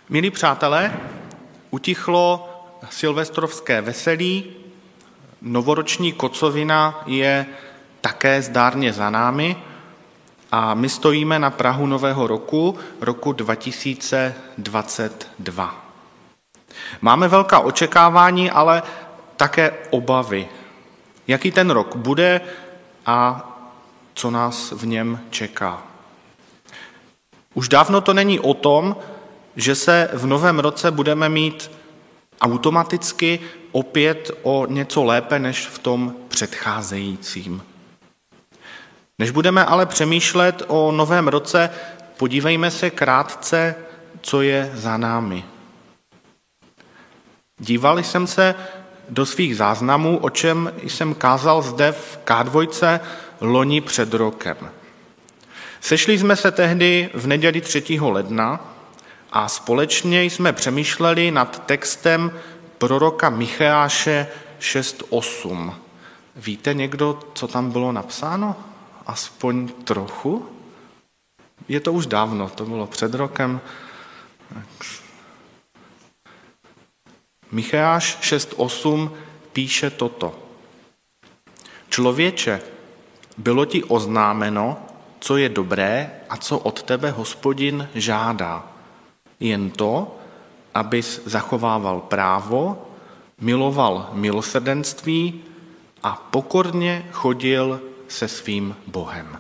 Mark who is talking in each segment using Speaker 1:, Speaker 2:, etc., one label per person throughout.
Speaker 1: Milí přátelé, utichlo silvestrovské veselí, novoroční kocovina je také zdárně za námi a my stojíme na prahu nového roku 2022. Máme velká očekávání, ale také obavy. Jaký ten rok bude a co nás v něm čeká. Už dávno to není o tom, že se v novém roce budeme mít automaticky opět o něco lépe než v tom předcházejícím. Než budeme ale přemýšlet o novém roce, podívejme se krátce, co je za námi. Díval jsem se do svých záznamů, o čem jsem kázal zde v K2 loni před rokem. Sešli jsme se tehdy v neděli 3. ledna a společně jsme přemýšleli nad textem proroka Micheáše 6.8. Víte někdo, co tam bylo napsáno? Aspoň trochu? Je to už dávno, to bylo před rokem. Micheáš 6.8 píše toto. Člověče, bylo ti oznámeno, co je dobré a co od tebe Hospodin žádá. Jen to, abys zachovával právo, miloval milosrdenství a pokorně chodil se svým Bohem.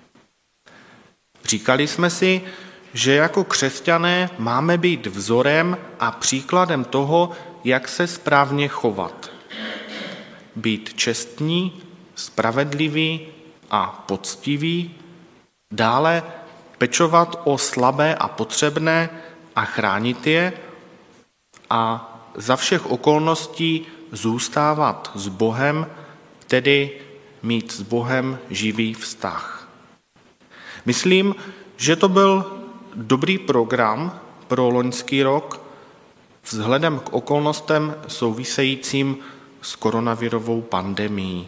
Speaker 1: Říkali jsme si, že jako křesťané máme být vzorem a příkladem toho, jak se správně chovat. Být čestní, spravedliví a poctiví, dále pečovat o slabé a potřebné a chránit je a za všech okolností zůstávat s Bohem, tedy mít s Bohem živý vztah. Myslím, že to byl dobrý program pro loňský rok vzhledem k okolnostem souvisejícím s koronavirovou pandemií.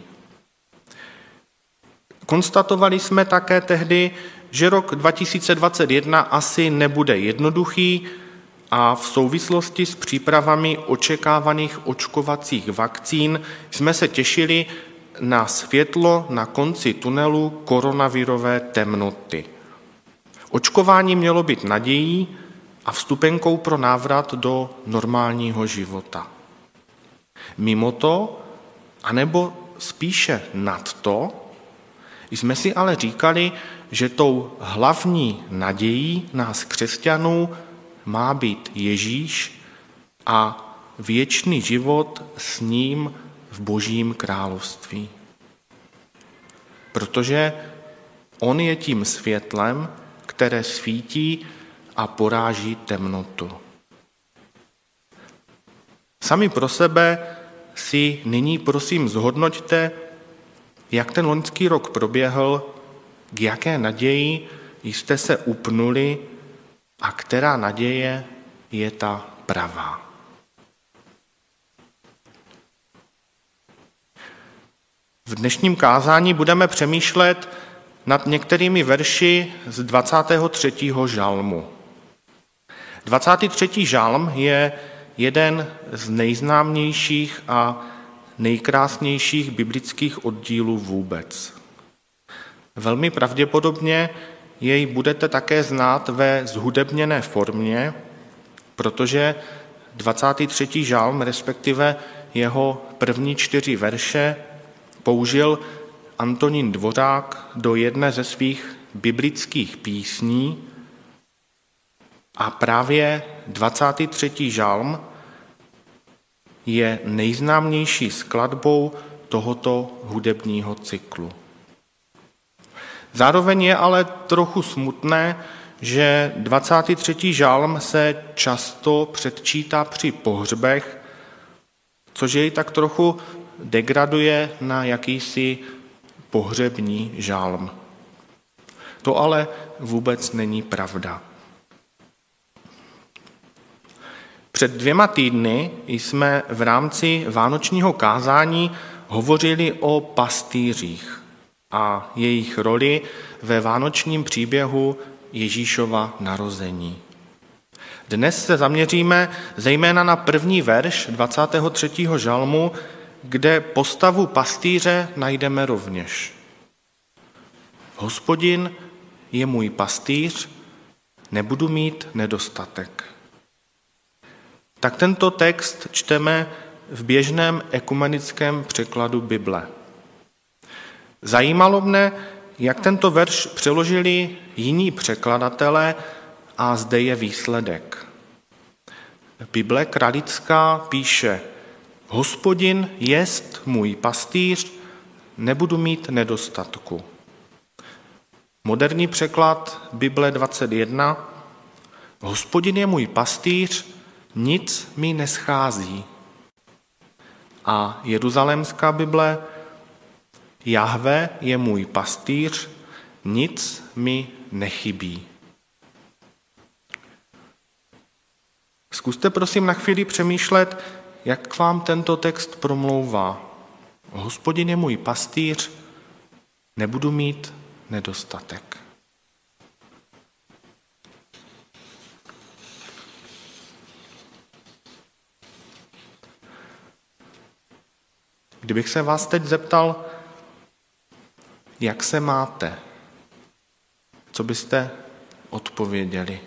Speaker 1: Konstatovali jsme také tehdy, že rok 2021 asi nebude jednoduchý a v souvislosti s přípravami očekávaných očkovacích vakcín jsme se těšili na světlo na konci tunelu koronavirové temnoty. Očkování mělo být nadějí a vstupenkou pro návrat do normálního života. Mimo to, anebo spíše nad to, jsme si ale říkali, že tou hlavní nadějí nás křesťanů má být Ježíš a věčný život s ním v Božím království. Protože on je tím světlem, které svítí a poráží temnotu. Sami pro sebe si nyní prosím zhodnoťte, jak ten loňský rok proběhl, k jaké naději jste se upnuli a která naděje je ta pravá. V dnešním kázání budeme přemýšlet nad některými verši z 23. žalmu. 23. žalm je jeden z nejznámějších a nejkrásnějších biblických oddílů vůbec. Velmi pravděpodobně jej budete také znát ve zhudebněné formě, protože 23. žalm, respektive jeho první 4 verše, použil Antonín Dvořák do jedné ze svých biblických písní a právě 23. žalm je nejznámější skladbou tohoto hudebního cyklu. Zároveň je ale trochu smutné, že 23. žalm se často předčítá při pohřbech, což jej tak trochu degraduje na jakýsi pohřební žalm. To ale vůbec není pravda. Před 2 týdny jsme v rámci vánočního kázání hovořili o pastýřích a jejich roli ve vánočním příběhu Ježíšova narození. Dnes se zaměříme zejména na první verš 23. žalmu, kde postavu pastýře najdeme rovněž. Hospodin je můj pastýř, nebudu mít nedostatek. Tak tento text čteme v běžném ekumenickém překladu Bible. Zajímalo mne, jak tento verš přeložili jiní překladatelé a zde je výsledek. Bible kralická píše: Hospodin jest můj pastýř, nebudu mít nedostatku. Moderní překlad Bible 21: Hospodin je můj pastýř, nic mi neschází. A jeruzalémská Bible: Jahve je můj pastýř, nic mi nechybí. Zkuste prosím na chvíli přemýšlet, jak k vám tento text promlouvá. Hospodin je můj pastýř, nebudu mít nedostatek. Kdybych se vás teď zeptal, jak se máte, co byste odpověděli?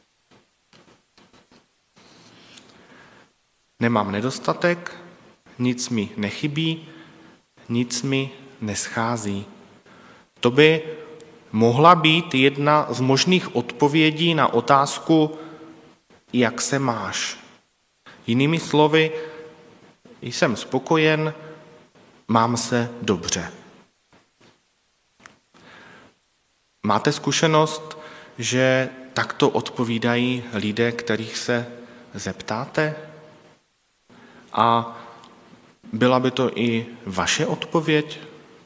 Speaker 1: Nemám nedostatek, nic mi nechybí, nic mi neschází. To by mohla být jedna z možných odpovědí na otázku, jak se máš. Jinými slovy, jsem spokojen, mám se dobře. Máte zkušenost, že takto odpovídají lidé, kterých se zeptáte? A byla by to i vaše odpověď?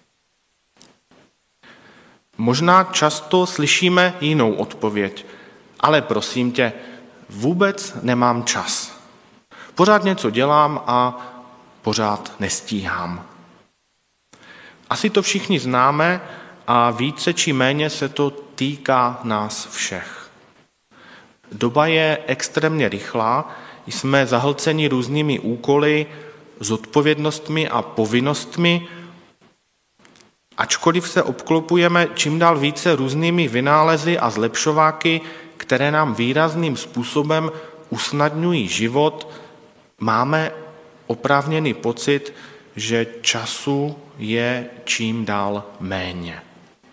Speaker 1: Možná často slyšíme jinou odpověď, ale prosím tě, vůbec nemám čas. Pořád něco dělám a pořád nestíhám. Asi to všichni známe a více či méně se to týká nás všech. Doba je extrémně rychlá, jsme zahlceni různými úkoly, zodpovědnostmi a povinnostmi, ačkoliv se obklopujeme čím dál více různými vynálezy a zlepšováky, které nám výrazným způsobem usnadňují život, máme oprávněný pocit, že času je čím dál méně.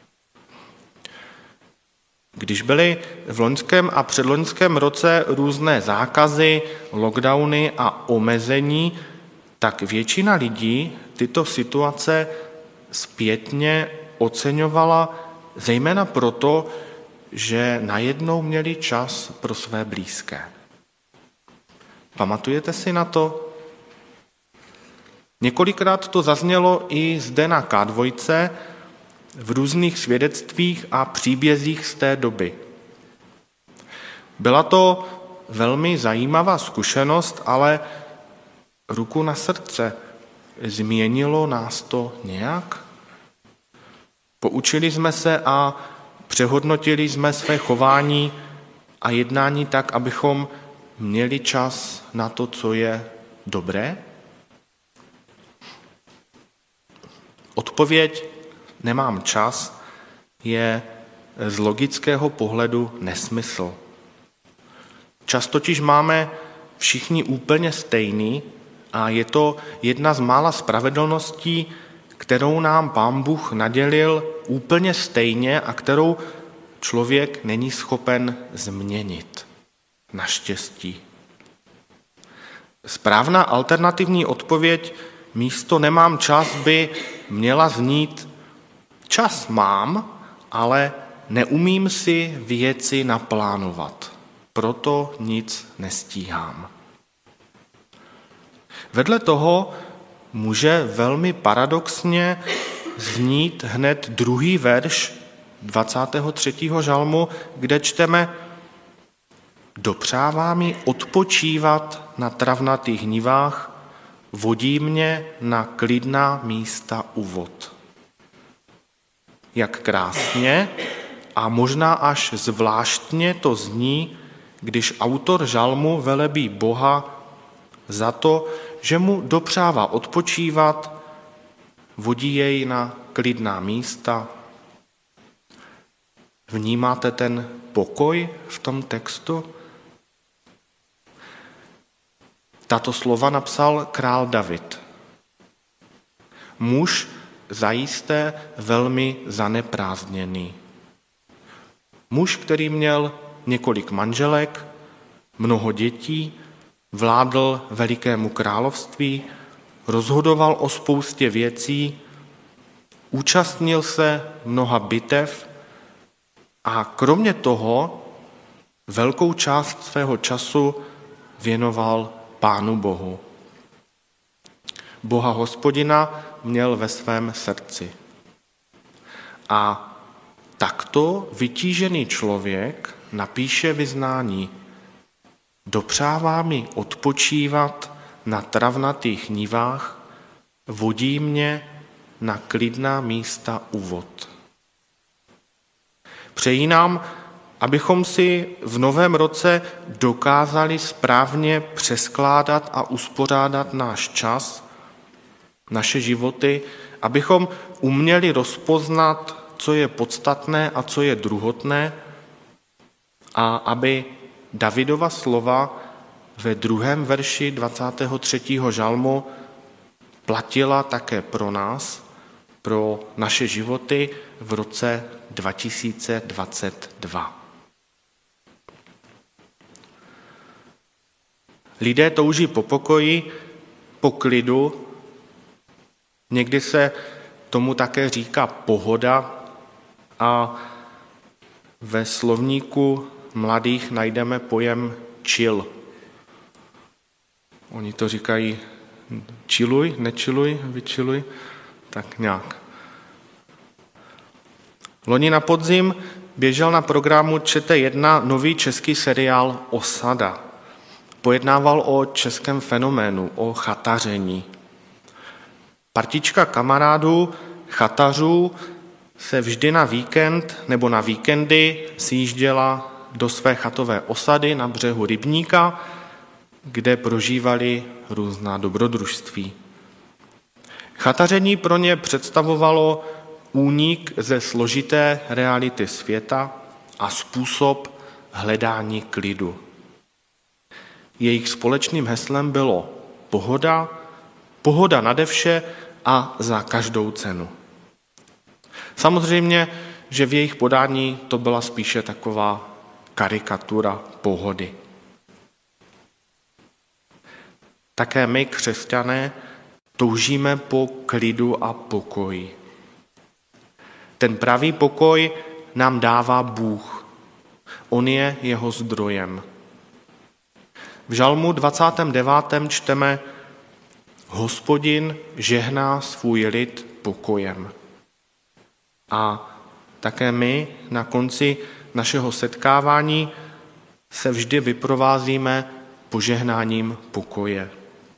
Speaker 1: Když byly v loňském a předloňském roce různé zákazy, lockdowny a omezení, tak většina lidí tyto situace zpětně oceňovala zejména proto, že najednou měli čas pro své blízké. Pamatujete si na to? Několikrát to zaznělo i zde na K2 v různých svědectvích a příbězích z té doby. Byla to velmi zajímavá zkušenost, ale ruku na srdce, změnilo nás to nějak? Poučili jsme se a přehodnotili jsme své chování a jednání tak, abychom měli čas na to, co je dobré? Odpověď nemám čas je z logického pohledu nesmysl. Čas totiž máme všichni úplně stejný a je to jedna z mála spravedlností, kterou nám Pán Bůh nadělil úplně stejně a kterou člověk není schopen změnit. Naštěstí. Správná alternativní odpověď místo nemám čas by měla znít: čas mám, ale neumím si věci naplánovat, proto nic nestíhám. Vedle toho může velmi paradoxně znít hned druhý verš 23. žalmu, kde čteme: dopřává mi odpočívat na travnatých nivách, vodí mě na klidná místa u vod. Jak krásně a možná až zvláštně to zní, když autor žalmu velebí Boha za to, že mu dopřává odpočívat, vodí jej na klidná místa. Vnímáte ten pokoj v tom textu? Tato slova napsal král David. Muž zajisté velmi zaneprázdněný. Muž, který měl několik manželek, mnoho dětí, vládl velikému království, rozhodoval o spoustě věcí, účastnil se mnoha bitev a kromě toho velkou část svého času věnoval Pánu Bohu. Boha Hospodina měl ve svém srdci. A takto vytížený člověk napíše vyznání: dopřává mi odpočívat na travnatých nivách, vodí mě na klidná místa u vod. Přeji nám, abychom si v novém roce dokázali správně přeskládat a uspořádat náš čas, naše životy, abychom uměli rozpoznat, co je podstatné a co je druhotné, a aby Davidova slova ve 2. verši 23. žalmu platila také pro nás, pro naše životy v roce 2022. Lidé touží po pokoji, po klidu, někdy se tomu také říká pohoda a ve slovníku mladých najdeme pojem chill. Oni to říkají chilluj, nechilluj, vychilluj, tak nějak. Loni na podzim běžel na programu ČT1 nový český seriál Osada. Pojednával o českém fenoménu, o chataření. Partička kamarádů, chatařů, se vždy na víkend nebo na víkendy sjížděla do své chatové osady na břehu rybníka, kde prožívali různá dobrodružství. Chataření pro ně představovalo únik ze složité reality světa a způsob hledání klidu. Jejich společným heslem bylo pohoda, pohoda nade vše a za každou cenu. Samozřejmě, že v jejich podání to byla spíše taková karikatura pohody. Také my, křesťané, toužíme po klidu a pokoji. Ten pravý pokoj nám dává Bůh. On je jeho zdrojem. V žalmu 29. čteme: Hospodin žehná svůj lid pokojem. A také my na konci našeho setkávání se vždy vyprovázíme požehnáním pokoje.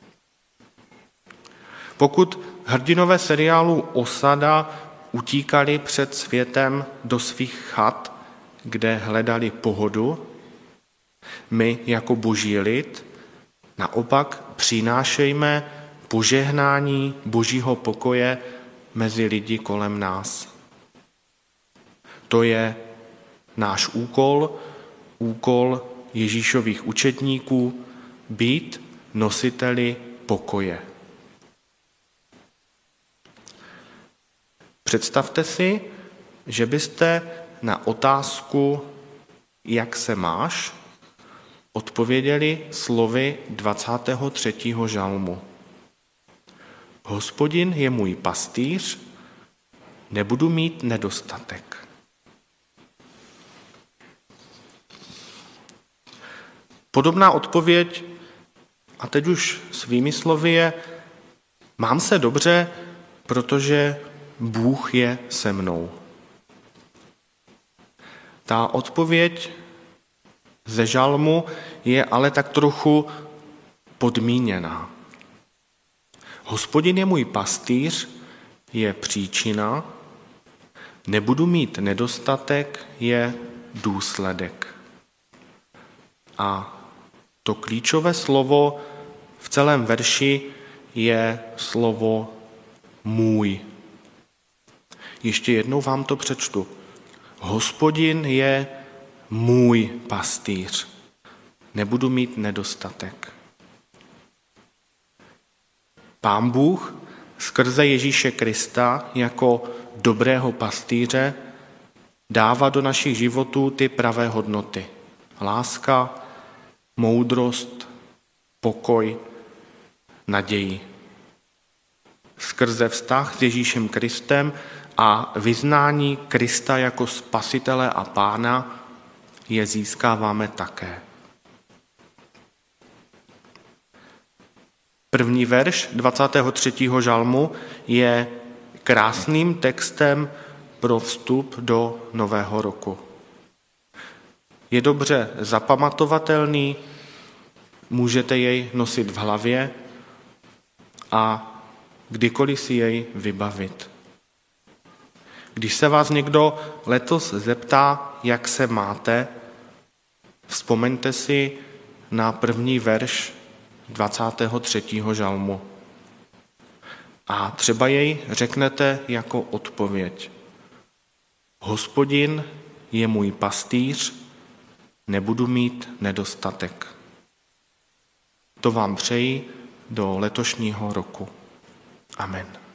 Speaker 1: Pokud hrdinové seriálu Osada utíkali před světem do svých chat, kde hledali pohodu, my jako boží lid naopak přinášejme požehnání božího pokoje mezi lidi kolem nás. To je náš úkol Ježíšových učedníků, být nositeli pokoje. Představte si, že byste na otázku, jak se máš, odpověděli slovy 23. žalmu. Hospodin je můj pastýř, nebudu mít nedostatek. Podobná odpověď, a teď už svými slovy, je: mám se dobře, protože Bůh je se mnou. Ta odpověď ze žalmu je ale tak trochu podmíněná. Hospodin je můj pastýř je příčina, nebudu mít nedostatek je důsledek. A to klíčové slovo v celém verši je slovo můj. Ještě jednou vám to přečtu. Hospodin je můj pastýř. Nebudu mít nedostatek. Pán Bůh skrze Ježíše Krista jako dobrého pastýře dává do našich životů ty pravé hodnoty. Láska, moudrost, pokoj, naději. Skrze vztah s Ježíšem Kristem a vyznání Krista jako spasitele a pána je získáváme také. První verš 23. žalmu je krásným textem pro vstup do nového roku. Je dobře zapamatovatelný, můžete jej nosit v hlavě a kdykoliv si jej vybavit. Když se vás někdo letos zeptá, jak se máte, vzpomeňte si na první verš 23. žalmu. A třeba jej řeknete jako odpověď. Hospodin je můj pastýř, nebudu mít nedostatek. To vám přeji do letošního roku. Amen.